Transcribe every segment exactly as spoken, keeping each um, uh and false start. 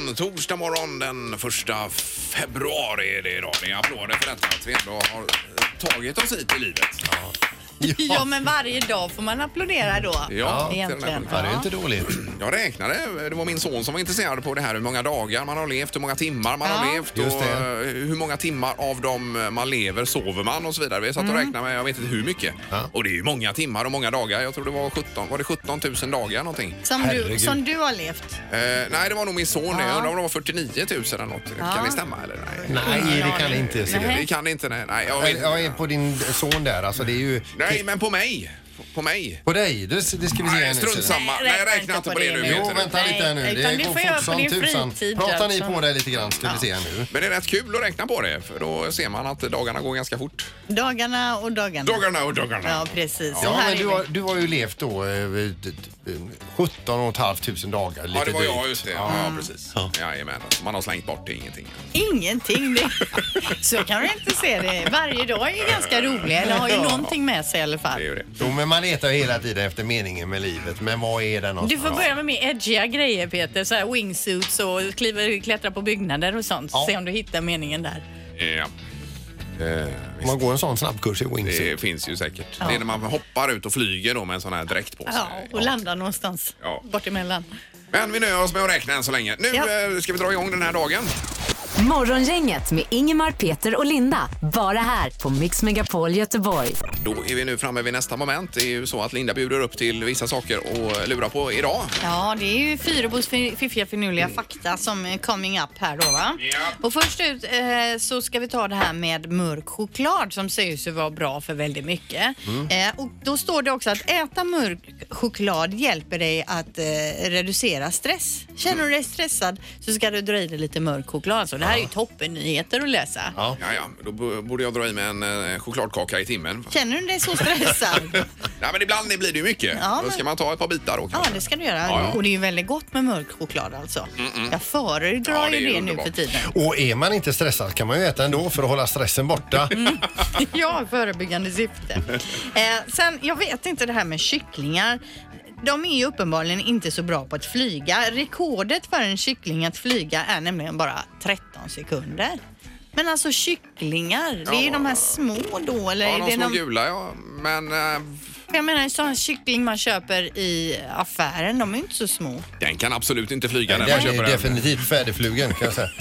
morgon, torsdag morgon den första februari är det idag. Det är applåder för detta att vi ändå har tagit oss hit i livet. Ja. Ja. ja, men varje dag får man applådera då. Ja, egentligen. Ja, det är inte dåligt. Jag räknade, det var min son som var intresserad på det här, hur många dagar man har levt, hur många timmar man ja. har levt och hur många timmar av dem man lever sover man och så vidare. Vi satt och räknade med, jag vet inte hur mycket. Ja. Och det är ju många timmar och många dagar. Jag tror det var sjutton, var det sjutton tusen dagar någonting. Som du, som du har levt? Eh, nej, det var nog min son. Ja. Jag undrar om det var fyrtionio tusen eller något. Ja. Kan det stämma eller? Nej, nej det kan det inte. Nej. Det kan det inte, nej. nej jag, vet. jag är på din son där, alltså det är ju... Nej, men på mig. På mig. På dig? Det, det ska vi se nej, strunt samma. Nej, jag räknar inte på det, det nu. Jo, vänta lite här nu. Nej, det går fort som tusan. Prata ni på det lite grann, ska ja. vi se här nu. Men det är rätt kul att räkna på det, för då ser man att dagarna går ganska fort. Dagarna och dagarna. Dagarna och dagarna. Ja, precis. Ja, men du har, du har ju levt då eh, sjutton och ett halvt tusen dagar. Lite ja, det var dyrt. jag just det. Ja, ja precis. Ja. Jajamän. Man har slängt bort det, ingenting. Ingenting. Det. Så kan du inte se det. Varje dag är ju ganska rolig, eller har ju ja. någonting med sig i alla fall. Det är ju det. Jo, men man letar ju hela tiden efter meningen med livet. Men vad är det någonstans? Du får börja med mer edgiga grejer, Peter. Så här wingsuits och kliva, klättra på byggnader och sånt. Ja. Se om du hittar meningen där. Ja. Eh, man går en sån snabbkurs i wingsuit. Det finns ju säkert. Ja. Det är när man hoppar ut och flyger då med en sån här dräkt på sig. Ja, och ja. landar någonstans ja. bort emellan. Men vi nöjer oss med att räkna än så länge. Nu ja. ska vi dra igång den här dagen. Morgongänget med Ingemar, Peter och Linda. Bara här på Mix Megapol Göteborg. Då är vi nu framme vid nästa moment. Det är ju så att Linda bjuder upp till vissa saker och lurar på idag. Ja, det är ju Fyrebos fiffiga finurliga mm. fakta som är coming up här då, va? Ja. Och först ut eh, så ska vi ta det här med mörk choklad som sägs ju vara bra för väldigt mycket. Mm. Eh, och då står det också att äta mörk choklad hjälper dig att eh, reducera stress. Känner mm. du dig stressad så ska du dra i dig lite mörk choklad. Så det här är ju toppennyheter att läsa. Ja, ja, ja. Då b- borde jag dra i mig en eh, chokladkaka i timmen. Känner du dig så stressad? Nej, men ibland blir det ju mycket. Ja, men... Då ska man ta ett par bitar då kanske. Ja, det ska du göra. Ja, ja. Och det är ju väldigt gott med mörk choklad alltså. Mm-mm. Jag föredrar ja, det ju det underbart. Nu för tiden. Och är man inte stressad kan man ju äta ändå för att hålla stressen borta. Mm. Ja, förebyggande syfte. eh, sen, jag vet inte det här med kycklingar. De är ju uppenbarligen inte så bra på att flyga. Rekordet för en kyckling att flyga är nämligen bara tretton sekunder. Men alltså kycklingar, ja, det är de här små då? Eller ja, de är det små de... gula, ja. Men... Äh... Jag menar, en sån kyckling man köper i affären, de är inte så små. Den kan absolut inte flyga när den man köper är definitivt färdigflugen, kan jag säga.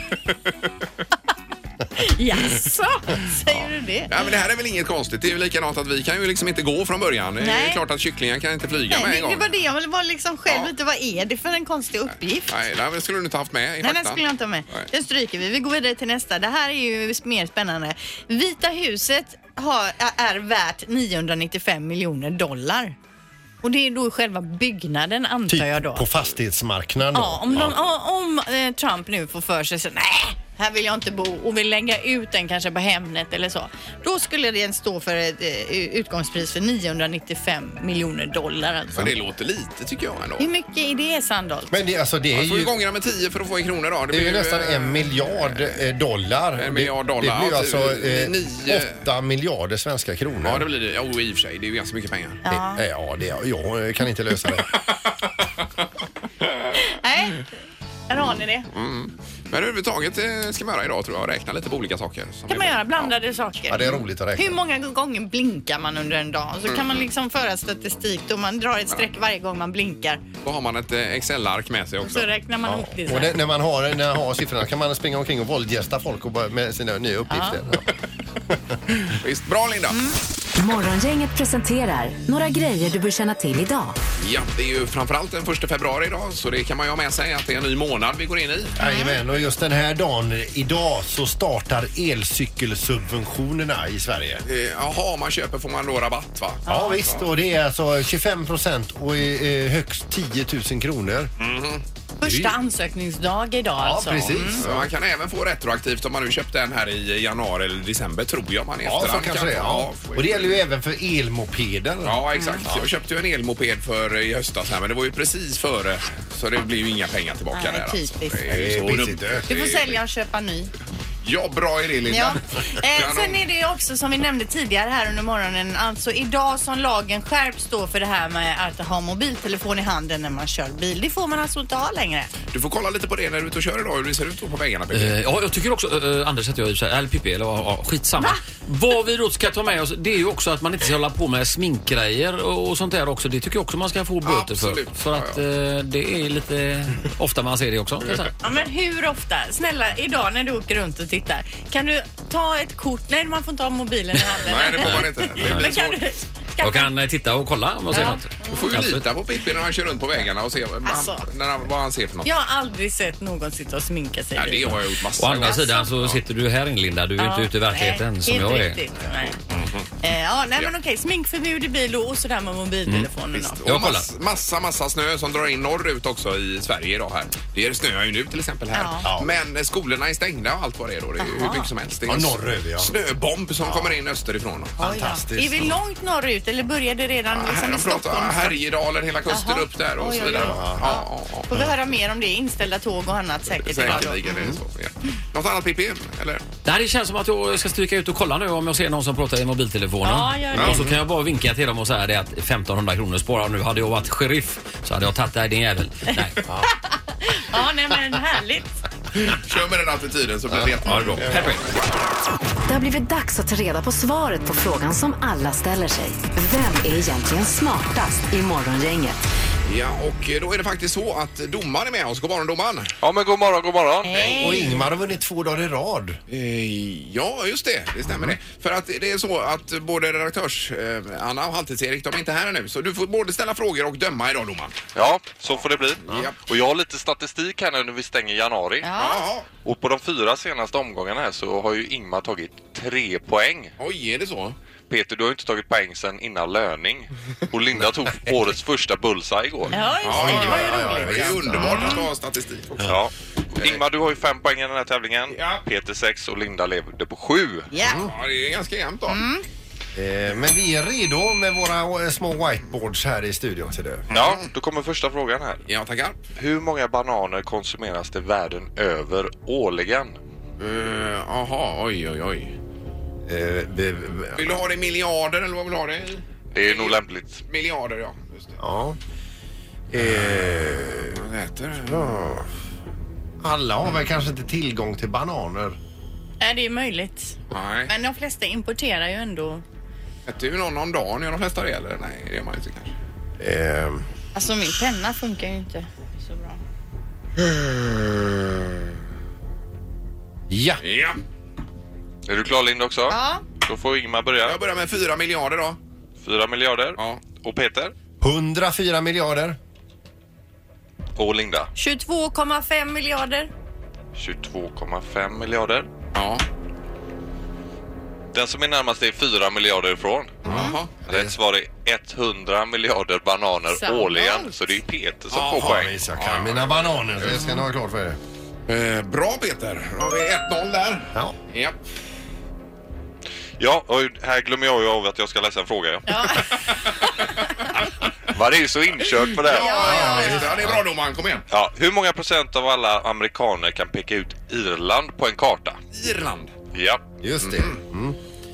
Jaså, säger ja. du det? Ja, men det här är väl inget konstigt. Det är ju likadant att vi kan ju liksom inte gå från början. Nej. Det är klart att kycklingen kan inte flyga nej, med en det, gång. Det var det, jag ville bara liksom själv ja. inte, vad är det för en konstig uppgift? Nej, nej det skulle du inte haft med i Nej, faktan. den skulle jag inte ha med. Nej. Den stryker vi. Vi går vidare till nästa. Det här är ju mer spännande. Vita huset har, är värt niohundranittiofem miljoner dollar. Och det är då själva byggnaden, antar typ jag då. På fastighetsmarknaden då. Ja, om, de, ja. om, om eh, Trump nu får för sig så nej, här vill jag inte bo och vill lägga ut den kanske på Hemnet eller så. Då skulle den stå för ett eh, utgångspris för niohundranittiofem miljoner dollar alltså. Men det låter lite tycker jag ändå. Hur mycket är det, Sandholt? Men det, alltså, det är man får ju ju gångra med tio för att få i kronor då. Det, det är ju nästan en miljard eh, dollar. En miljard dollar. Det, det blir alltså eh, nio... åtta miljarder svenska kronor. Ja, det blir det. Ja, i och för sig. Det är ju ganska mycket pengar. Ja, det, ja det, jag kan inte lösa det. Nej, här har ni det. Mm. Men överhuvudtaget ska man göra idag tror jag. Räkna lite på olika saker. Kan man göra blandade ja. saker. Ja, det är roligt att räkna. Hur många gånger blinkar man under en dag? Så mm. kan man liksom föra statistik då man drar ett streck varje gång man blinkar. Då har man ett Excel-ark med sig också. Så räknar man ja. upp det. Och det, när man har, när man har siffrorna kan man springa omkring och våldgästa folk och med sina nya uppgifter. Ja. Ja. Visst, bra Linda. Mm. Morgongänget presenterar några grejer du bör känna till idag. Ja, det är ju framförallt den första februari idag så det kan man ju ha med sig att det är en ny månad vi går in i. Jajamän, och just den här dagen idag så startar elcykelsubventionerna i Sverige. Eh, jaha, man köper får man då rabatt va? Ja, ja visst, och det är alltså tjugofem procent och eh, högst tio tusen kronor. Mm-hmm. Första ansökningsdag idag ja, alltså. Precis. Mm. Så man kan även få retroaktivt om man nu köpte den här i januari eller december tror jag man i ja, efterhand så kanske det, ja. Och det gäller ju även för elmopeder. Ja, exakt. Mm. Jag köpte ju en elmoped för i höstas här men det var ju precis före så det blir ju inga pengar tillbaka. Nej, där. Typiskt. Alltså. Det är ju så dumt. Du får sälja och köpa ny. Ja, bra idé Linda. Ja. Eh, sen är det ju också som vi nämnde tidigare här under morgonen, alltså idag som lagen skärps då för det här med att ha mobiltelefon i handen när man kör bil. Det får man alltså inte ha längre. Du får kolla lite på det när du är ute och kör idag, hur det ser ut på vägarna. Uh, ja, jag tycker också, uh, Anders, att jag är eller Pippi, eller ja, skitsamma. Va? Vad vi då ska ta med oss, det är ju också att man inte ska hålla på med sminkgrejer och, och sånt där också. Det tycker jag också man ska få böter för. För att uh, det är lite ofta man ser det också. Ja, men hur ofta? Snälla, idag när du åker runt och tittar, kan du ta ett kort? Nej, man får inte ha mobilen i handen. Nej, det får man inte. Det men kan du... Jag kan titta och kolla om jag ser ja. något. Du får ju alltså. lita på Pippi när han kör runt på vägarna och se alltså. han, när han, vad han ser för något. Jag har aldrig sett någon sitta och sminka sig. Ja, det har jag gjort massa. Å andra alltså. sidan så sitter du här in, Linda. Du är ja. inte ute i verkligheten nej, som jag är. Riktigt, nej. Mm-hmm. Eh, ja, nej men okej. Sminkförbud i bil och sådär med mobiltelefonen. Mm. Och jag mass, massa, massa snö som drar in norrut också i Sverige idag här. Det snöar ju nu till exempel här. Ja. Men skolorna är stängda och allt vad det är då. Det är hur mycket som helst. Det är en ja, norröver, ja. snöbomb som ja. kommer in österifrån. Fantastiskt. Är vi långt norrut eller börjar det redan ja, liksom i Stockholm? Härjedalen, hela kusten Aha. upp där och oj, så vidare. Ja, ja, ja. Får vi höra mer om det? Inställda tåg och annat säkert. Säkerligen är det så. Ja. Något annat Pippi? Eller? Det känns som att jag ska stryka ut och kolla nu om jag ser någon som pratar i mobiltelefonen. Ja, gör det. Och så kan jag bara vinka till dem och säga det att femtonhundra kronor sparar nu. Hade jag varit sheriff så hade jag tagit dig din jävel. Nej. Ja. ja, nej men härligt. Kör med den attityden så blir det jättebra. Ja, det har blivit dags att ta reda på svaret på frågan som alla ställer sig. Vem är egentligen smartast i Morgongänget? Ja, och då är det faktiskt så att domaren är med oss. God morgon, domaren. Ja, men god morgon, god morgon. Hej. Och Ingmar har vunnit två dagar i rad. Eh, ja, just det. Det stämmer mm. det. För att det är så att både redaktörs eh, Anna och Halvtids-Erik, de är inte här nu. Så du får både ställa frågor och döma idag, domaren. Ja, så får det bli. Ja. Och jag har lite statistik här nu när vi stänger januari. Ja. Och på de fyra senaste omgångarna här så har ju Ingmar tagit tre poäng. Oj, är det så? Peter, du har inte tagit poäng sen innan löning. Och Linda tog årets första bullseye igår. Ja, just det. Det var ju roligt. Det är underbart att ha statistik också. Ja. Ingmar, du har ju fem poäng i den här tävlingen. Ja. Peter sex och Linda levde på sju. Ja. Mm. Ja, det är ganska jämnt då. Mm. Eh, men vi är redo med våra små whiteboards här i studion. Så det. Mm. Ja, då kommer första frågan här. Ja, tackar. Hur många bananer konsumeras det världen över årligen? Jaha, uh, oj, oj, oj. Uh, be, be, vill du ha det i miljarder eller vad vill du ha det i? Det är nog lämpligt. Miljarder, ja. Just det. Ja. Uh, vad heter det? Ja. Alla har väl kanske inte tillgång till bananer. Nej, det är möjligt. Nej. Men de flesta importerar ju ändå. Äter ju någon om dagen, gör de flesta det eller? Nej, det gör man inte kanske. Uh. Alltså min penna funkar ju inte så bra. Uh. Ja. Ja. Är du klar, Linda, också? Ja. Då får Ingmar börja. Jag börjar med fyra miljarder då. Fyra miljarder? Ja. Och Peter? hundrafyra miljarder. Och Linda? tjugotvå komma fem miljarder. tjugotvå komma fem miljarder. Ja. Den som är närmast är fyra miljarder ifrån. Jaha. Rätt svar är hundra miljarder bananer Så årligen. långt. Så det är Peter som Aha, får poäng. Jag kan mina bananer, så det ska ni ha klart för er. Eh, bra Peter. Då har vi ett noll där. Ja. Ja. Ja, och här glömmer jag ju av att jag ska läsa en fråga. Ja. Ja. Var det ju så inkört på det? Ja, ja, ja, ja, det är bra domaren. Kom igen. Ja, hur många procent av alla amerikaner kan peka ut Irland på en karta? Irland. Ja. Just det. Mm.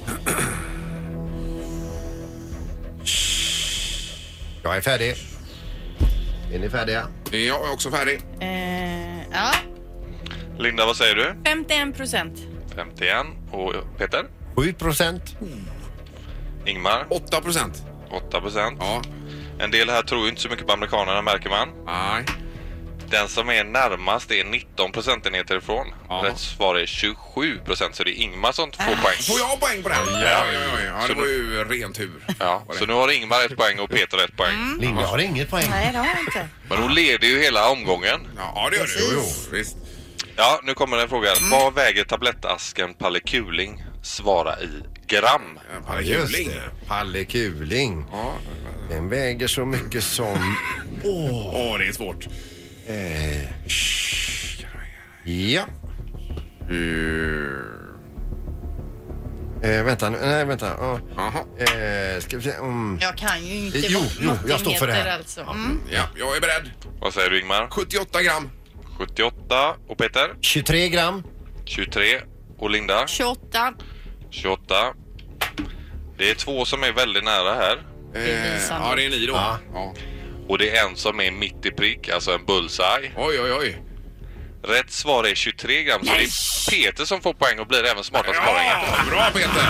Jag är färdig. Är ni färdiga? Jag är också färdig. Eh, ja. Linda, vad säger du? femtioen procent. femtioen. Och Peter? sju procent. Ingmar? åtta procent. åtta procent. Ja. En del här tror ju inte så mycket på amerikanerna, märker man. Nej. Den som är närmast är nitton procentenheter ifrån. Ja. Rätt svar är tjugosju procent, så det är Ingmar som får Äh. poäng. Får jag poäng på den? Ja, ja, ja, ja. Det Så var nu- ju ren tur. Ja, så nu har Ingmar ett poäng och Peter ett poäng. Mm. Linda har inget poäng. Nej, det har jag inte. Men hon leder ju hela omgången. Ja, det gör det. Jo, jo. Visst. Ja, nu kommer en fråga. Vad väger tablettasken Palle Kuling svara i gram? Palle Just Kuling. det. Palle Kuling. Ja. Den väger så mycket som... Åh, oh, det är svårt. Eh, ja. Eh, vänta nu. Nej, vänta. Oh. Jaha. Eh, ska vi se. Um. Jag kan ju inte. Jo, jo, jag står för det här. Alltså. Mm. Ja, jag är beredd. Vad säger du, Ingmar? sjuttioåtta gram. sjuttioåtta. Och Peter? tjugotre gram. tjugotre. Och Linda? tjugoåtta. tjugoåtta. Det är två som är väldigt nära här. Det är vi, Sandholt. Ja, det är ni då. Ja. Ja. Och det är en som är mitt i prick, alltså en bullseye. Oj, oj, oj. Rätt svar är tjugotre gram, så det är Peter som får poäng och blir även smartast svararen. Ja, bra Peter.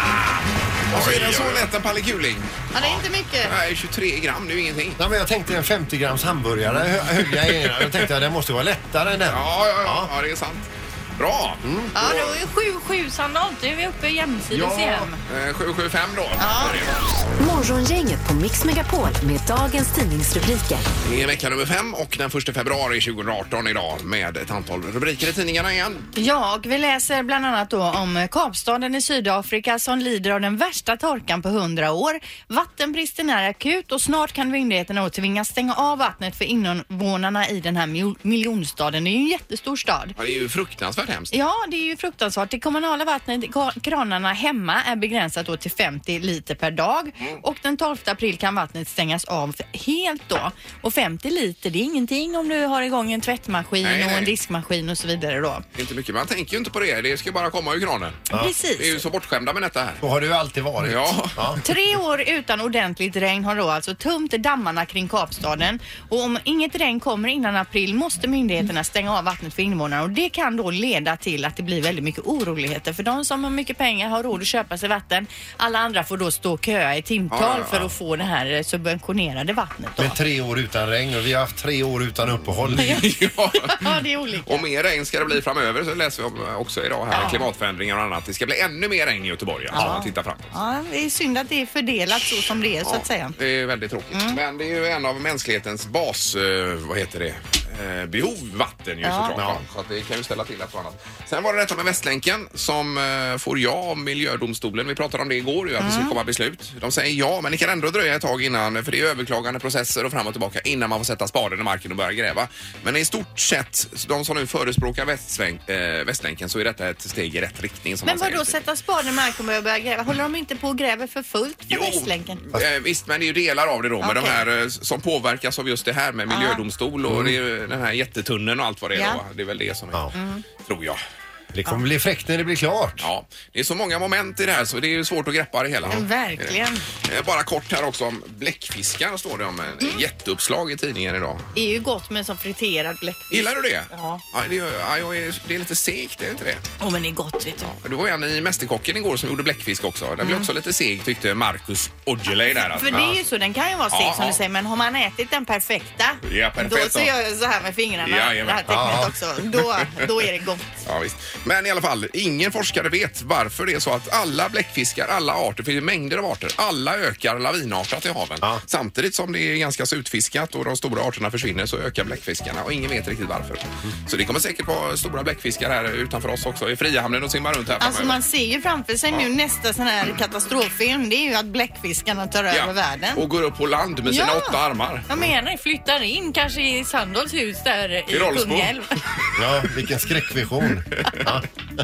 Och så är det så lätt en pallekuling. Ja, det är inte mycket. Nej, tjugotre gram, det är ju ingenting. Nej, men jag tänkte en femtio grams hamburgare hö- höll jag i. Jag tänkte att det måste vara lättare än den. Ja, ja, ja, ja, det är sant. Bra. Mm. Ja, då är sju sju Sandholt. Då är vi uppe jämsides Ja. igen. Eh, sju sju fem då. Ja. Morgongänget på Mix Megapol med dagens tidningsrubriker. Det är vecka nummer fem och den första februari tjugoarton idag med ett antal rubriker i tidningarna igen. Ja, vi läser bland annat då om Kapstaden i Sydafrika som lider av den värsta torkan på hundra år. Vattenbristen är akut och snart kan myndigheterna då tvingas stänga av vattnet för invånarna i den här mil- miljonstaden. Det är ju en jättestor stad. Ja, det är ju fruktansvärt hemskt. Ja, det är ju fruktansvärt. Det kommunala vattnet i kranarna hemma är begränsat då till femtio liter per dag. Mm. Och den tolfte april kan vattnet stängas av helt då. Och femtio liter, det är ingenting om du har igång en tvättmaskin Nej, och nej. en diskmaskin och så vidare då. Inte mycket, man tänker ju inte på det. Det ska bara komma ur kranen. Precis. Vi är ju så bortskämda med detta här. Så har det ju alltid varit. Ja. Ja. Tre år utan ordentligt regn har då alltså tömt dammarna kring Kapstaden. Och om inget regn kommer innan april måste myndigheterna stänga av vattnet för invånarna. Och det kan då leda till att det blir väldigt mycket oroligheter. För de som har mycket pengar har råd att köpa sig vatten. Alla andra får då stå och köa i timtal Ja, ja, ja. för att få det här subventionerade vattnet då. Med tre år utan regn och vi har haft tre år utan uppehåll. Ja. Ja, det är olika. Och mer regn ska det bli framöver, så läser vi om också idag här. Ja. Klimatförändringar och annat. Det ska bli ännu mer regn i Göteborg. Alltså, Ja. ja. Titta framåt. Ja, det är synd att det är fördelat så som det är så att säga. Det är väldigt tråkigt. Men det är ju en av mänsklighetens bas, eh, vad heter det, eh, behov, vatten ju Ja. såklart. Ja. Så att det kan ju ställa till ett och annat. Sen var det detta med Västlänken som eh, får ja av miljödomstolen. Vi pratade om det igår ju, att det ska komma beslut. De säger ja, men det kan ändå dröja ett tag innan, för det är överklagande processer och fram och tillbaka innan man får sätta spaden i marken och börja gräva. Men i stort sett, de som nu förespråkar Västsväng, eh, Västlänken, så är detta ett steg i rätt riktning. Som Men man vad då säger. sätta spaden i marken och börja gräva? Håller de inte på och gräver för fullt för Jo. Västlänken? Eh, visst, men det är ju delar av det då. Men Okej. de här eh, som påverkas av just det här med miljödomstol och det är ju den här jättetunneln och allt vad det är Ja. då. Det är väl det som är, Ja. tror jag. Det kommer bli fräckt när det blir klart. Ja, det är så många moment i det här så det är ju svårt att greppa det hela. Verkligen. Eh, Bara kort här också om bläckfiskar står det om. En jätteuppslag i tidningen idag. Det är ju gott med en sån friterad bläckfisk. Gillar du det? Ja. Ja, det, är, ja, jag är, det är lite segt, är det inte det? Åh, men det är gott, vet du. Det var en i Mästerkocken igår som gjorde bläckfisk också. Den blev också lite seg tyckte Marcus Aujalay där. För det är ju så, den kan ju vara seg Ja, som ja. du säger, men har man ätit den perfekta, Ja, perfekt, då då. ser jag så här med fingrarna, Jajamän. det här tecknet Ja. också, då, då är det gott. Ja, visst. Men i alla fall, ingen forskare vet varför det är så att alla bläckfiskar, alla arter, för det är mängder av arter, alla ökar lavinartat i haven. Ja. Samtidigt som det är ganska så utfiskat och de stora arterna försvinner så ökar bläckfiskarna och ingen vet riktigt varför. Så det kommer säkert vara stora bläckfiskar här utanför oss också i Frihamnen och simmar runt här. Alltså framöver. man ser ju framför sig nu nästa sån här katastroffilm, det är ju att bläckfiskarna tar över världen. Och går upp på land med sina Ja. åtta armar. Jag menar, flyttar in kanske i Sandholts hus där i, I Rollsbo. Kungälv. Ja, vilken skräckvision. Ja.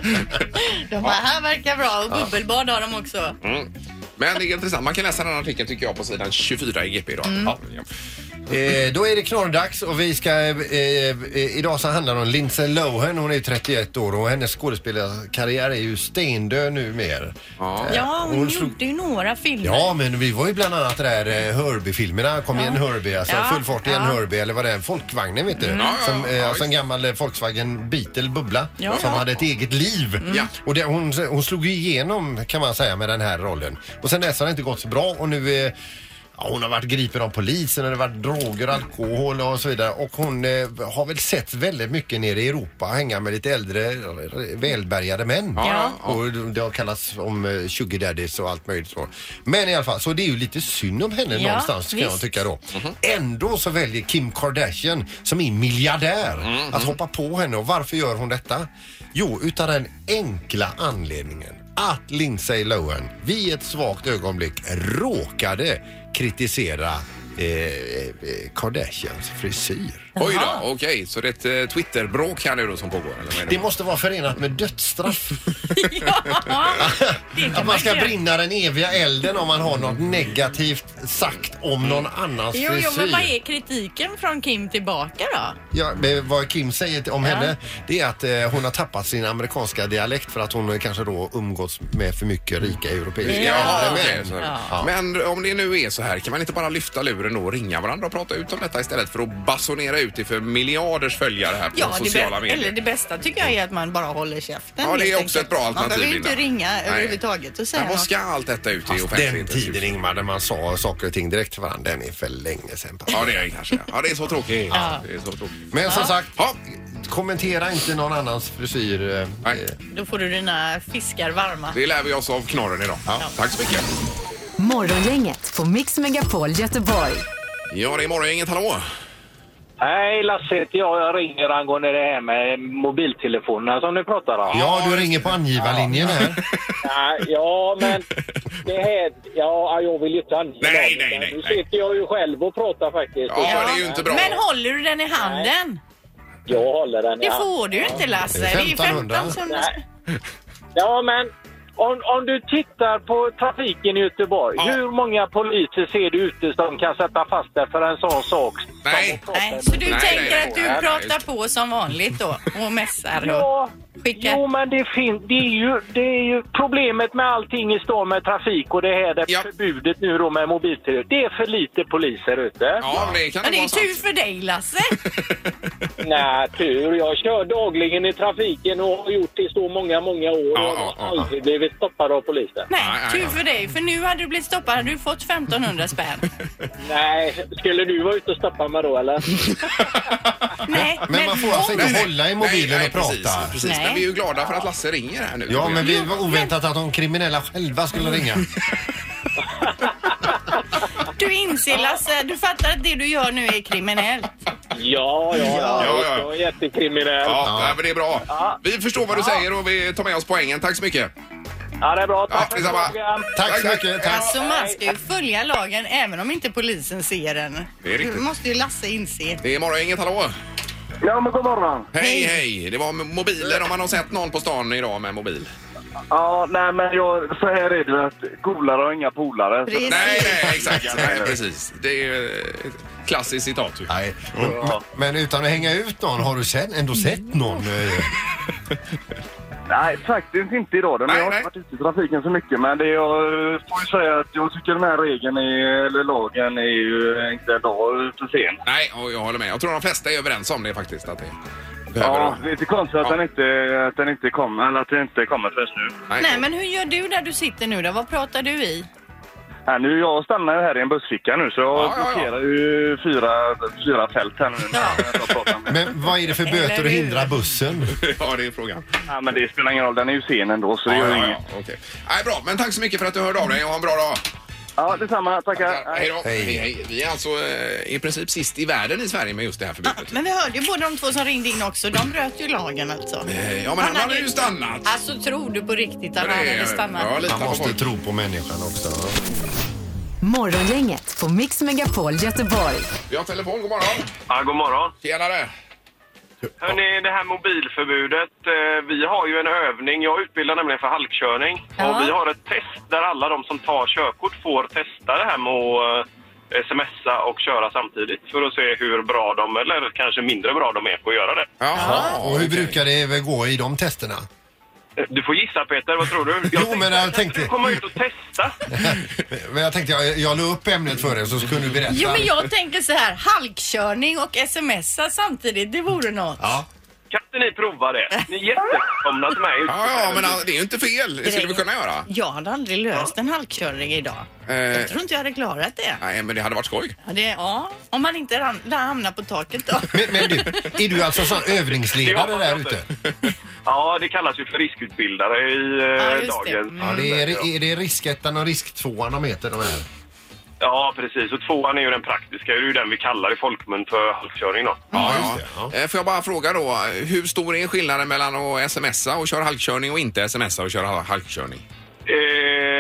De bara, här verkar bra och bubbelbad har de också. Mm. Men det är intressant. Man kan läsa den här artikeln tycker jag på sidan tjugofyra i G P idag. Mm. Ja. Ja. Eh, då är det knorrdags och vi ska, eh, eh, idag så handlar det om Lindsay Lohan, hon är ju trettioett år och hennes skådespelarkarriär är ju stendöd nu mer. Ja. Ja, hon, hon slog- gjorde ju några filmer. Ja, men vi var ju bland annat där eh, Herbie-filmerna, kom igen Herbie, alltså Ja. full fart igen Ja. Herbie, eller vad det är, folkvagnen vet du, Ja, ja, som, eh, ja, alltså en visst. gammal eh, Volkswagen Beetle bubbla Ja. som hade ett eget liv. Ja. Och det, hon, hon slog ju igenom kan man säga med den här rollen. Och sen dess har det inte gått så bra och nu eh, ja, hon har varit gripen av polisen och det har varit droger, alkohol och så vidare. Och hon eh, har väl sett väldigt mycket nere i Europa hänga med lite äldre, eh, välbärgade män. Ja, ja, ja. Och det har kallats om eh, sugar daddies och allt möjligt så. Men i alla fall, så det är ju lite synd om henne Ja, någonstans kan jag visst. tycka då. Ändå så väljer Kim Kardashian, som är miljardär, att hoppa på henne. Och varför gör hon detta? Jo, utan den enkla anledningen att Lindsay Lohan vid ett svagt ögonblick råkade kritisera eh, Kardashians frisyr. Oj då, okej. Okay. Så det är ett uh, Twitter-bråk här nu då som pågår? Eller vad är det? Det måste vara förenat med dödsstraff. Ja, det kan att man ska brinna den eviga elden om man har något negativt sagt om någon annans jo, frisyr. Jo, men vad är kritiken från Kim tillbaka då? Ja, men vad Kim säger om ja. henne, det är att eh, hon har tappat sin amerikanska dialekt för att hon kanske då umgåtts med för mycket rika europeiska. Ja, okay. ja. Ja. Men om det nu är så här, kan man inte bara lyfta luren och ringa varandra och prata ut om detta istället för att basunera ut det för miljarders följare här på ja, sociala det medier? Eller det bästa tycker jag är att man bara håller käften. Ja, det är också ett bra alternativ. Man behöver ju inte ringa Nej. överhuvudtaget och säga Men vad något. ska allt detta ut i offentligheten? Den tiden, Ingmar, där man sa saker och ting direkt till varandra, den är för länge sedan. Ja, det är det kanske. Ja, det är så tråkigt. Ja. Det är så tråkigt. Men som ja. sagt, ja. kommentera inte någon annans frisyr. Nej. Då får du dina fiskar varma. Det lär vi oss av knorren idag. Ja. Ja. Tack så mycket. Morgongänget på Mix Megapol Göteborg. Ja, det är morgongänget. Hallå! Hej, Lasse heter jag. Jag ringer angående det här med mobiltelefonerna som du pratar om. Ja, du ringer på angivarlinjen här. Ja, ja, men det här... Ja, jag vill ju inte angiva. Nej, nej, nej. Nu sitter jag ju själv och pratar faktiskt. Ja, ja, det är ju inte bra. Men håller du den i handen? Nej. Jag håller den i Det handen. får du ju inte, Lasse. Det är ju femton som... Nej. Ja, men... Om, om du tittar på trafiken i Göteborg, ja. hur många poliser ser du ute som kan sätta fast dig för en sån sak? Nej. nej så du nej, tänker nej, att du nej, pratar nej. på som vanligt då och mässar och ja, skickar? Jo, men det, fin- det, är ju, det är ju problemet med allting i stan med trafik och det här det ja. förbudet nu då med mobiltelefon. Det är för lite poliser ute. Ja, det kan det, det är vara tur sant. för dig, Lasse. Nej, tur. Jag kör dagligen i trafiken och har gjort det i så många, många år. Ja, och ja, ja. aldrig blivit stoppad av polisen. Nej, tur för dig. För nu hade du blivit stoppad. Hade du fått femtonhundra spänn. Nej, skulle du vara ute och stoppa mig då, eller? Nej, men, men man får alltså inte hålla i mobilen nej, nej, och prata. Precis, precis. Men vi är ju glada för att Lasse ringer här nu. Ja, men vi var oväntat att de kriminella själva skulle ringa. Du inser, Lasse, du fattar att det du gör nu är kriminellt. Ja, ja, ja. ja, ja. Jag är jättekriminell. Ja, ja. Men det är bra. Ja. Vi förstår vad du säger och vi tar med oss poängen. Tack så mycket. Ja, det är bra. Tack, ja, tack, tack så mycket. Tack. Alltså, man ska ju följa lagen även om inte polisen ser den. Det är riktigt. Du måste ju Lasse inse. Det är morgongänget, hallå. Ja, men god morgon. Hej, hej. Det var mobiler, om man har sett någon på stan idag med mobil. Ja, nej men jag, så här är det att golare har inga polare. Precis. Nej, nej, exakt. Nej, precis. Det är ju ett klassiskt citat. Nej. Ja. Men, men utan att hänga ut någon, har du sen, ändå sett någon? Nej, faktiskt inte idag. Men nej, jag har inte varit ute i trafiken så mycket. Men det jag får ju säga att jag tycker den här regeln, är, eller lagen, är ju inte en dag för sen. Nej, och jag håller med. Jag tror de flesta är överens om det faktiskt. Att det ja, det är lite konstigt att, ja. den inte, att den inte kommer, eller att det inte kommer först nu. Nej. Nej, men hur gör du där du sitter nu då? Vad pratar du i? Ja, nu jag stannar här i en bussficka nu så jag ja, blockerar ja, ja. ju fyra, fyra fält här nu. Ja. Men vad är det för böter att hindra bussen? Ja, det är frågan. Ja, men det spelar ingen roll. Den är ju sen ändå så det ja, gör ja, inget. Ja, okay. Nej, bra. Men tack så mycket för att du hörde av dig och ha en bra dag. Ja, detsamma. Tackar. Tackar. Hej då. Hej. Hej, hej. Vi är alltså eh, i princip sist i världen i Sverige med just det här förbudet. Ja, men vi hörde ju båda de två som ringde in också. De bröt ju lagen alltså. Eh, ja, men han, han hade ju stannat. Alltså, tror du på riktigt att han hade stannat? Ja, man måste tro på människan också. Morgongänget på Mix Megapol Göteborg. Vi har telefon, god morgon. Ja, god morgon. Tjenare. Hörrni, det här mobilförbudet, eh, vi har ju en övning. Jag utbildar nämligen för halkkörning. Ja. Och vi har ett test där alla de som tar körkort får testa det här med att eh, smsa och köra samtidigt. För att se hur bra de, eller kanske mindre bra de är på att göra det. Jaha, och hur brukar det gå i de testerna? Du får gissa, Peter, vad tror du? Jag jo, men jag tänkte... Du komma ut och testa. Men jag tänkte, jag, jag la upp ämnet för dig så skulle du berätta. Jo, men jag tänker så här, halkkörning och smsa samtidigt, det vore något. Ja. Kan inte ni prova det? Ni är jättevälkomna till mig. Ja, ja, men det är ju inte fel. Det skulle vi kunna göra. Jag hade aldrig löst ja. en halkkörning idag. Eh, jag tror inte jag hade klarat det. Nej, men det hade varit skoj. Ja, det, ja om man inte ram, hamnar på taket då. Men, men du, är du alltså sån övningsledare där ute? Ja, det kallas ju för riskutbildare i eh, ja, dagen. Det. Ja, det är, är det riskettan och risktvåan de heter de här? Ja, precis. Och tvåan är ju den praktiska. Det är ju den vi kallar i folkmun för halkkörning då. Ja, ja. ja. Får jag bara fråga då, hur stor är skillnaden mellan att smsa och köra halkkörning och inte smsa och köra halkkörning? Eh, om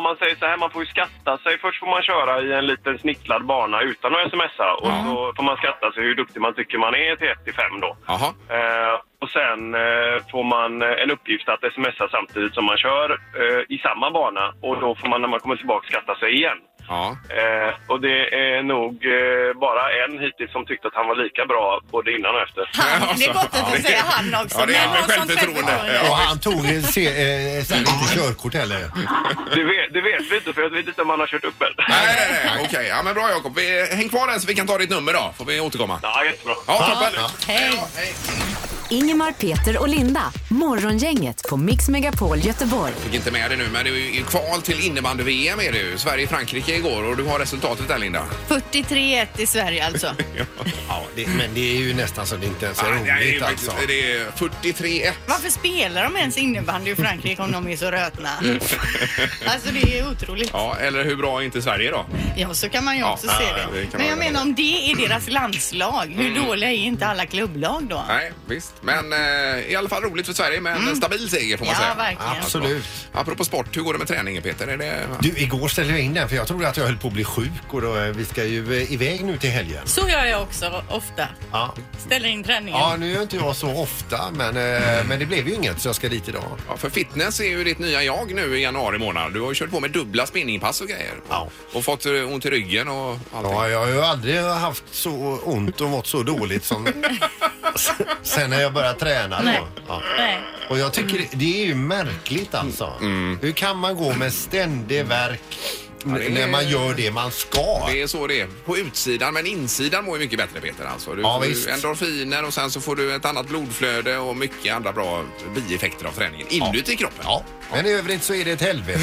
man säger så här, man får ju skatta sig. Först får man köra i en liten snicklad bana utan att smsa. Och Ja. så får man skatta sig hur duktig man tycker man är till ett till fem då. Jaha. Eh, och sen eh, får man eh, en uppgift att smsa samtidigt som man kör eh, i samma bana. Och då får man när man kommer tillbaka skatta sig igen. Ja. Eh, och det är nog eh, bara en hittills som tyckte att han var lika bra både innan och efter. Han, det är gott att få säga han också. Ja, det är men med vad som självförtroende. självförtroende. Ja. Och han tog eh, se, eh, sen inte körkort heller. Det vet, det vet vi inte, för jag vet inte om han har kört upp än. Nej, nej, nej. Okej. Ja, men bra Jakob. Vi, häng kvar där så vi kan ta ditt nummer då. Får vi återkomma. Ja, jättebra. Ja, toppen. Ja. Hej. Ja, hej. Ingemar, Peter och Linda. Morgongänget på Mix Megapol Göteborg. Fick inte med det nu, men det är ju kval till innebandy-V M är det ju. Sverige-Frankrike igår och du har resultatet där, Linda. fyrtiotre ett i Sverige alltså. Ja, det, men det är ju nästan så det inte ens är Nej, det är roligt ju faktiskt- alltså. Det är fyrtiotre ett. Varför spelar de ens innebandy i Frankrike om de är så rötna? Alltså det är otroligt. Ja, eller hur bra är inte Sverige då? Ja, så kan man ju Ja, också ja, se ja, det. det kan Men man jag göra. menar om det är deras landslag, hur dåliga är inte alla klubblag då? Nej, visst. Men eh, i alla fall roligt för Sverige med en stabil seger får man Ja, säga. verkligen. Absolut. Apropå sport, hur går det med träningen Peter? Är det... Du, igår ställde jag in den för jag trodde att jag höll på att bli sjuk och då, eh, vi ska ju eh, iväg nu till helgen. Så gör jag också ofta. Ja. Ställer in träningen. Ja, nu är inte jag så ofta, men, eh, men det blev ju inget så jag ska dit idag. Ja, för fitness är ju ditt nya jag nu i januari månad. Du har ju kört på med dubbla spinningpass och grejer. Ja. Och fått eh, ont i ryggen och allting. Ja, jag har ju aldrig haft så ont och mått så dåligt som sen när jag började träna då. Nej. Ja. Nej. Och jag tycker det är ju märkligt alltså. Hur kan man gå med ständig värk Ja, det är- när man gör det man ska? Det är så det är. På utsidan, men insidan mår ju mycket bättre Peter. Alltså. Du Ja, får ju visst. endorfiner och sen så får du ett annat blodflöde och mycket andra bra bieffekter av träningen inuti kroppen. Ja, men i övrigt så är det ett helvete.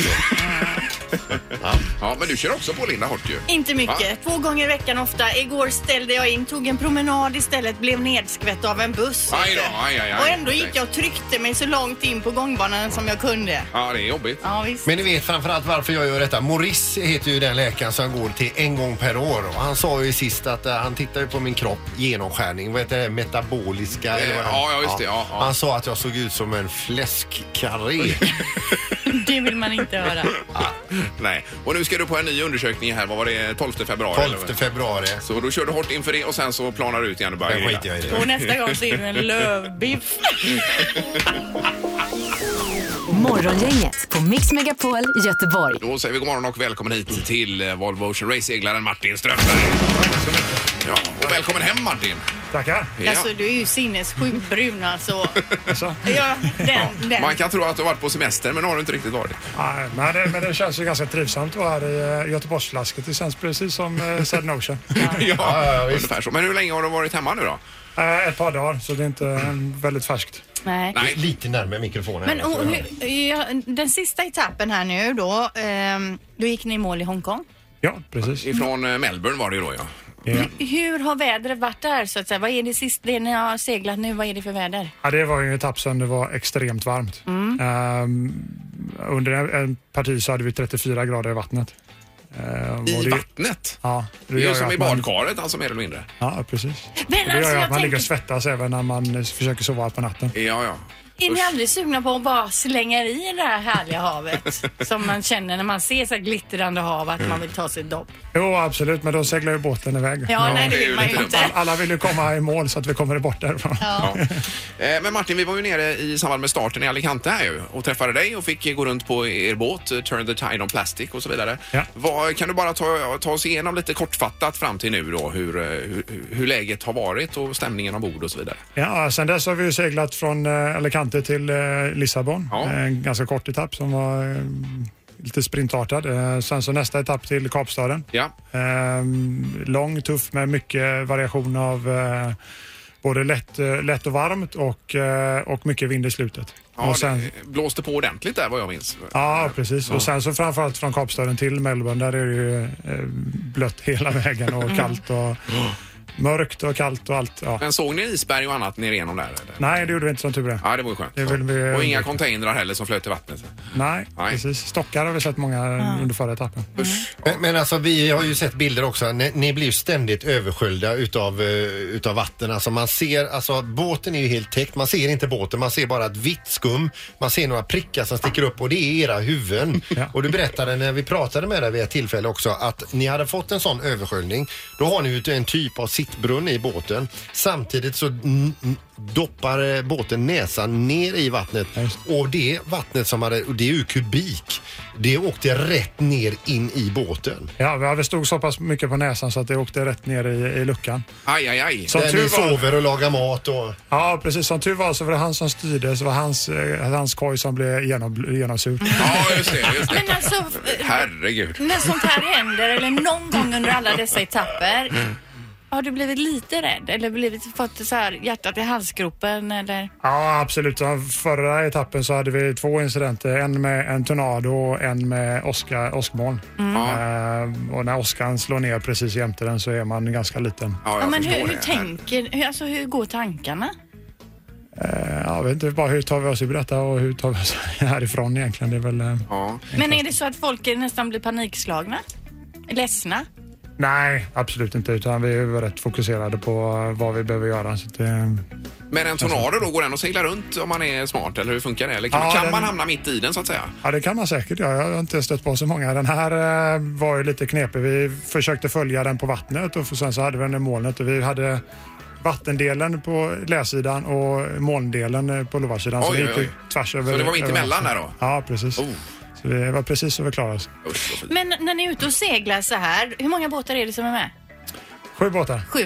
Ja, men du kör också på Linda hårt ju. Inte mycket. Två gånger i veckan ofta. Igår ställde jag in, tog en promenad istället, blev nedskvätt av en buss. Aj då, aj, aj, aj. Och ändå gick jag och tryckte mig så långt in på gångbanan som jag kunde. Ja, det är jobbigt. Ja, visst. Men ni vet framförallt varför jag gör detta. Maurice heter ju den läkaren som går till en gång per år. Och han sa ju sist att uh, han tittar ju på min kropp, genomskärning, vad heter det, metaboliska Eh, eller vad han- ja, ja, just det, ja, ja. Han sa att jag såg ut som en fläskkarré. Det vill man inte höra. Nej. Och nu ska du på en ny undersökning här. Vad var det? tolfte februari? tolfte eller? februari. Så då kör du hårt inför det och sen så planar du ut igen och börjar Den grilla. skiter jag i det. Och nästa gång ser du en lövbiff. Morgongänget på Mix Megapol Göteborg. Då säger vi god morgon och välkommen hit till eh, Volvo Ocean Race-seglaren Martin Strömberg. Ja, och välkommen hem Martin. Tackar. Ja. Alltså du är ju sinnessjukt brun alltså. Ja, den, den. Man kan tro att du har varit på semester men har du inte riktigt varit. Nej, men, det, men det känns ju ganska trivsamt att vara här i uh, Göteborgsflasket. Det känns precis som uh, Southern Ocean. Ja, ungefär så. Men hur länge har du varit hemma nu då? Uh, ett par dagar, så det är inte uh, väldigt färskt. Nej. Nej. Lite närmare mikrofonen. Men här, så och, jag- hur, ja, den sista etappen här nu då, ehm, då gick ni i mål i Hongkong. Ja, precis. Ifrån eh, Melbourne var det ju då ja. Ja. Hur har vädret varit där så att säga? Vad är det sista, det ni har seglat nu, vad är det för väder? Ja, det var ju en etapp som det var extremt varmt. Um, under en, en parti så hade vi trettiofyra grader i vattnet. Um, I och det- vattnet? Ja. Det är ju gör som att i man- badkaret alltså mer eller mindre. Ja, precis. Men Och det alltså gör ju jag att man ligger tänker, och svettas även när man eh, försöker sova på natten. Ja, ja. är ni aldrig sugna på att bara slänga i det här härliga havet? Som man känner när man ser så här glittrande hav att man vill ta sig ett dopp. Jo, absolut, men då seglar ju båten iväg. Ja, nej det det är ju vill man ju lite inte. All- Alla vill ju komma i mål så att vi kommer bort därifrån. Ja. Eh, Men Martin, vi var ju nere i samband med starten i Alicante här ju och träffade dig och fick gå runt på er båt, eh, Turn the Tide on Plastic och så vidare. Ja. Vad, kan du bara ta, ta oss igenom lite kortfattat fram till nu då hur, eh, hur, hur läget har varit och stämningen ombord och så vidare? Ja, sen dess har vi ju seglat från eh, Alicante till eh, Lissabon. Ja. En ganska kort etapp som var eh, lite sprintartad. Eh, sen så nästa etapp till Kapstaden. Ja, Eh, lång, tuff med mycket variation av eh, både lätt, eh, lätt och varmt och, eh, och mycket vind i slutet. ja och sen, det blåste på ordentligt där vad jag minns. ja, precis. Ja. Och sen så framförallt från Kapstaden till Melbourne, där är det ju eh, blött hela vägen och kallt och mörkt och kallt och allt. Ja. Men såg ni isberg och annat ner igenom där? Eller? Nej, det gjorde vi inte som tur är. Ja, det var ju skönt. Det vill vi... Och inga containrar heller som flöt i vattnet? Nej, Nej. precis. Stockar har vi sett många ja. under förra etappen. Mm. Men, men alltså vi har ju sett bilder också. Ni, ni blir ju ständigt översköljda utav, uh, utav vatten. Alltså man ser, alltså båten är ju helt täckt. Man ser inte båten, man ser bara ett vitt skum. Man ser några prickar som sticker upp och det är era huvuden. Ja. Och du berättade när vi pratade med dig vid ett tillfälle också att ni hade fått en sån översköljning. Då har ni ju en typ av sittbrunn i båten. Samtidigt så n- n- doppar båten näsan ner i vattnet. Och det vattnet som hade, och det är ju kubik. Det åkte rätt ner in i båten. Ja, vi stod så pass mycket på näsan så att det åkte rätt ner i, i luckan. Aj, aj, aj. Som Där ni var... sover och lagar mat och... Ja, precis. Som tur var så var det han som styrde, så var hans, hans koj som blev genom, genomsurt. Ja, just det, just det. Men alltså, herregud. När sånt här händer, eller någon gång under alla dessa etapper, mm. har du blivit lite rädd? Eller blivit, fått så här hjärtat i halsgropen? Eller? Ja, absolut. Förra etappen så hade vi två incidenter. En med en tornado och en med åska, åskmoln. Mm. Uh, och när åskan slår ner precis jämte den så är man ganska liten. Ja, ja men hur, hur tänker, hur, alltså hur går tankarna? Uh, jag vet inte bara hur tar vi oss ur detta och hur tar vi oss härifrån egentligen. Det är väl, uh, ja. Men är det så att folk nästan blir panikslagna? Ledsna? Nej, absolut inte. Utan vi är rätt fokuserade på vad vi behöver göra. Så det, men en tornado då, går den att segla runt om man är smart? Eller hur funkar det? Eller kan, ja, kan den, man hamna mitt i den så att säga? Ja, det kan man säkert. Ja, jag har inte stött på så många. Den här eh, var ju lite knepig. Vi försökte följa den på vattnet och sen så hade vi den i molnet. Och vi hade vattendelen på läsidan och molndelen på lovarsidan. Så, oj, oj. Tvärs över, så det var mitt emellan där då? Ja, precis. Oh. Så det var precis så vi klarade oss. Men när ni är ute och seglar så här, hur många båtar är det som är med? Sju båtar. Sju.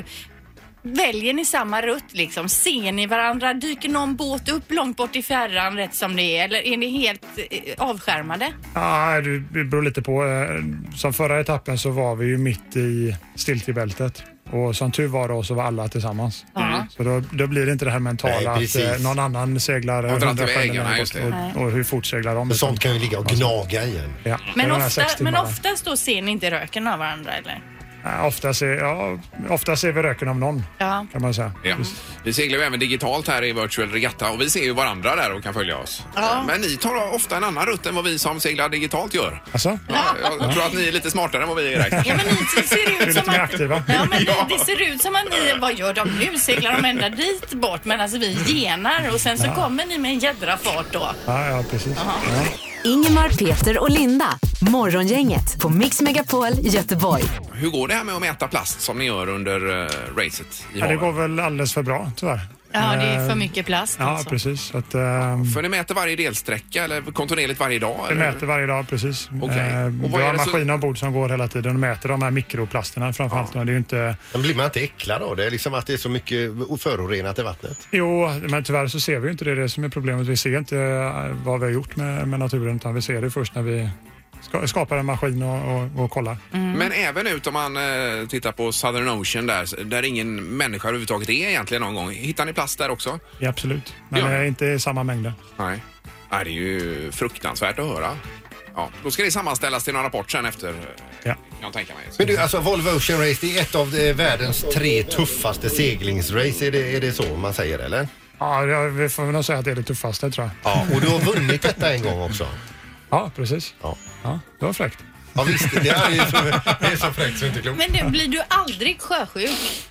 Väljer ni samma rutt liksom? Ser ni varandra? Dyker någon båt upp långt bort i fjärran rätt som det är? Eller är ni helt eh, avskärmade? Ja, det beror lite på. Som förra etappen så var vi ju mitt i stiltjebältet. Och som tur var då så var alla tillsammans. Mm. Så då, då blir det inte det här mentala. Nej, att någon annan seglar hundra vägarna, just det. Och, och hur fort seglar de. Men sånt kan ju ligga och gnaga igen. Ja, men, ofta, men oftast då ser ni inte röken av varandra eller? Ja, ofta, ser, ja, ofta ser vi röken av någon, ja. kan man säga. Ja. Vi seglar ju även digitalt här i Virtual Regatta och vi ser ju varandra där och kan följa oss. Ja. Men ni tar ofta en annan rutt än vad vi som seglar digitalt gör. Alltså? Ja, jag, jag tror att ni är lite smartare än vad vi är. Ja, men ni ser ut som att, aktiva. Ja, men det, det ser ut som att ni, vad gör de nu? Seglar de ända dit bort, men alltså vi genar och sen så ja. kommer ni med en jädra fart då. Ja, ja precis. Ja. Ingemar, Peter och Linda. Morgongänget på Mix Megapol Göteborg. Hur går det här med att mäta plast som ni gör under uh, racet? I ja, det går väl alldeles för bra, tyvärr. Ja, det är för mycket plast. Ja, alltså. precis. Att, um, för ni mäter varje delsträcka eller kontinuerligt varje dag? Vi eller? mäter varje dag, precis. Okay. Uh, vi har maskiner så... ombord som går hela tiden och mäter de här mikroplasterna framförallt. Ja. Det är ju inte... Men blir man inte äcklad då? Det är liksom att det är så mycket förorenat i vattnet. Jo, men tyvärr så ser vi inte det. Det är det som är problemet. Vi ser inte vad vi har gjort med, med naturen, utan vi ser det först när vi skapar en maskin och, och, och kollar. Mm. Men även ut om man eh, tittar på Southern Ocean där, där ingen människa överhuvudtaget är egentligen någon gång. Hittar ni plast där också? Ja, absolut. Men ja. inte i samma mängder. Nej. Nej, det är ju fruktansvärt att höra. Ja, då ska det sammanställas till någon rapport sen efter. Ja. Jag tänker mig. Men du, alltså Volvo Ocean Race, det är ett av de, världens tre tuffaste seglingsrace. Är det, är det så man säger, eller? Ja, vi får nog säga att det är det tuffaste, tror jag. Ja, och du har vunnit detta en gång också. Ja, precis. Ja. Ja, det var fräckt. Ja, visst. Det är ju så, det är så fräckt så inte klokt. Men du, blir du aldrig sjösjuk?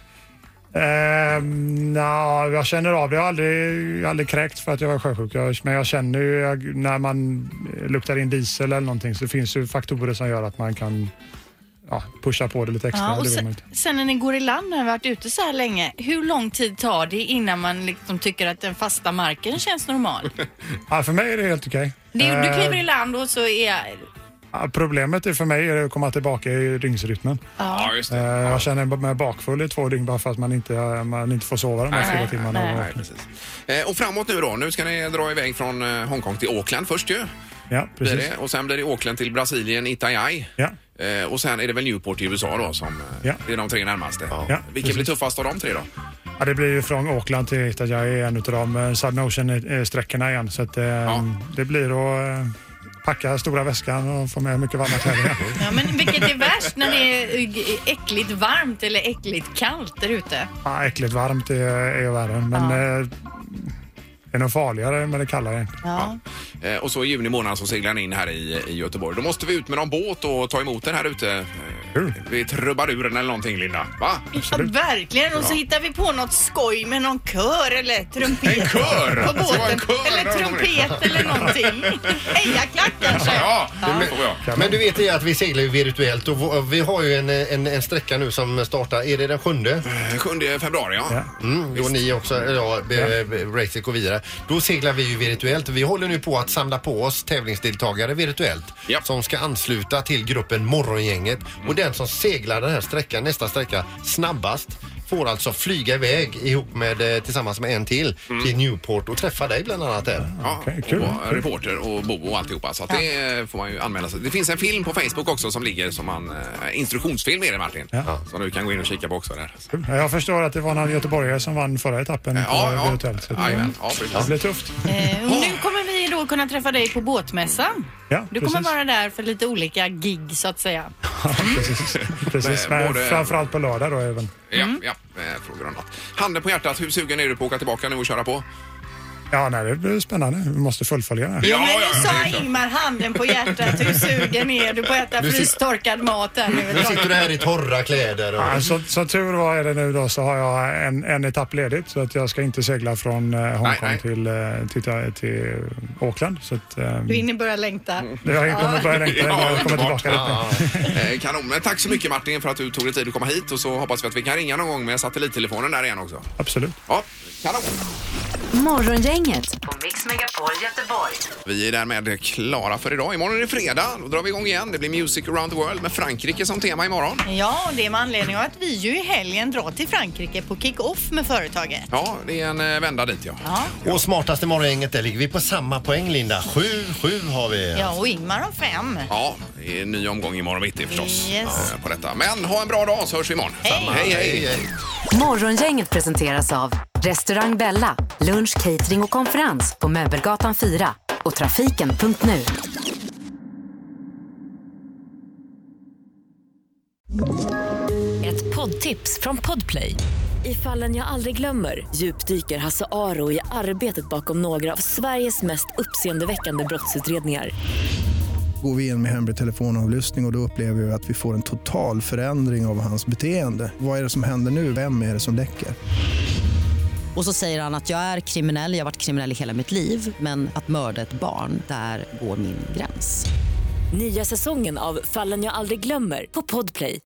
Eh, na, jag känner av det. Jag har aldrig, aldrig kräkt för att jag var sjösjuk. Jag, men jag känner ju jag, när man luktar in diesel eller någonting, så finns ju faktorer som gör att man kan ja, pusha på det lite extra. Ja, och sen, sen när ni går i land och har varit ute så här länge, hur lång tid tar det innan man liksom tycker att den fasta marken känns normal? Ja, för mig är det helt okej. Det, du kliver i land och så är... Ja, problemet är för mig att komma tillbaka i dygnsrytmen. Ja, just det. Jag ja. känner mig bakfull i två dygn bara för att man inte, man inte får sova de här nej, fyra timmarna. Nej, nej, precis. Eh, och framåt nu då, nu ska ni dra iväg från eh, Hongkong till Auckland först ju. Ja, precis. Det, och sen blir det Auckland till Brasilien, Itaiai. Ja. Eh, och sen är det väl Newport i U S A då som ja. det är de tre närmaste. Ja. Ja, vilken blir tuffast av de tre då? Ja, det blir ju från Auckland till Itaiai en utav de Southern Ocean-sträckorna igen. Så att, eh, ja. det blir att packa stora väskan och få med mycket varma kläder. Ja, men vilket är värst, när det är äckligt varmt eller äckligt kallt där ute? Ja, äckligt varmt är, är värre, men Ja. eh, det är nog farligare med det kallare. Ja. Eh, Och så i juni månad så seglar ni in här i, i Göteborg. Då måste vi ut med någon båt och ta emot den här ute. Eh, Vid Trubaduren eller någonting, Linda. Va? Ja, verkligen. Och så hittar vi på något skoj med någon kör eller trumpet. En kör? På Det var en båten. kör Eller när de trumpet eller någonting. Hejaklack kanske. Ja, Ja. det får jag. Men du vet ju att vi seglar ju virtuellt och vi har ju en, en, en sträcka nu som startar, är det den sjunde? sjunde februari, ja. Mm, då ni också, ja, be- be- Racing och vidare. Då seglar vi ju virtuellt. Vi håller nu på att samla på oss tävlingsdeltagare virtuellt som ska ansluta till gruppen Morgongänget. Och den som seglar den här sträckan, nästa sträcka snabbast, får alltså flyga iväg ihop med, tillsammans med en till till Newport och träffa dig bland annat där. Ja, och vara reporter och bo och alltihopa. Så att det får man ju anmäla sig. Det finns en film på Facebook också som ligger som en eh, instruktionsfilm är det, Martin. Ja. Som du kan gå in och kika på också där. Jag förstår att det var någon göteborgare som vann förra etappen. Ja, på ja. virtuellt, så det, Jajamän. Ja, precis. det blir tufft. Eh, och nu kommer vi då kunna träffa dig på båtmässan. Ja, Du kommer precis. vara där för lite olika gig så att säga. Precis, precis. Men Men både- framförallt på lördag då även. Ja, ja. Eh, frågor om något. Handen på hjärtat, hur sugen är du på att åka tillbaka nu och köra på? Ja, nej, det blir spännande. Vi måste fullfölja det här. Jo, men ja, nu det är sa klart. Ingmar handen på hjärtat. Hur sugen är du på att äta Du sit- frystorkad mat här nu? Nu sitter du här i torra kläder. Och... Ja, så, så tur var är det nu då, så har jag en, en etapp ledigt, så att jag ska inte segla från eh, Hongkong Nej, nej. till, eh, till, till Auckland. Så att, eh, Du hinner börja längta. jag kommer börja längta när jag kommer tillbaka dit nu. Eh, kanon. Men tack så mycket, Martin, för att du tog dig tid att komma hit, och så hoppas vi att vi kan ringa någon gång med satellittelefonen där igen också. Absolut. Ja, kanon. Morgongänget på Mix Megapol Göteborg. Vi är därmed klara för idag. Imorgon är det fredag. Då drar vi igång igen. Det blir Music around the world med Frankrike som tema imorgon. Ja, och det är med anledning av att vi ju i helgen drar till Frankrike på kick-off med företaget. Ja, det är en eh, vända dit, ja. Ja. Och smartaste morgongänget, där ligger vi på samma poäng, Linda. Sju, sju har vi. Ja, och Ingmar har fem. Ja, det är en ny omgång imorgon bitti förstås. Yes. eh, På detta. Men ha en bra dag, så hörs vi imorgon. Hej. Hej, hej. hej. Morgongänget presenteras av Restaurang Bella, lunch, catering och konferens på Möbelgatan fyra och trafiken punkt nu. Ett poddtips från Podplay. I Fallen jag aldrig glömmer djupdyker Hasse Aro i arbetet bakom några av Sveriges mest uppseendeväckande brottsutredningar. Går vi in med hemlig telefonavlyssning och, och då upplever vi att vi får en total förändring av hans beteende. Vad är det som händer nu? Vem är det som läcker? Och så säger han att jag är kriminell, jag har varit kriminell i hela mitt liv, men att mörda ett barn, där går min gräns. Nya säsongen av Fallen jag aldrig glömmer på Podplay.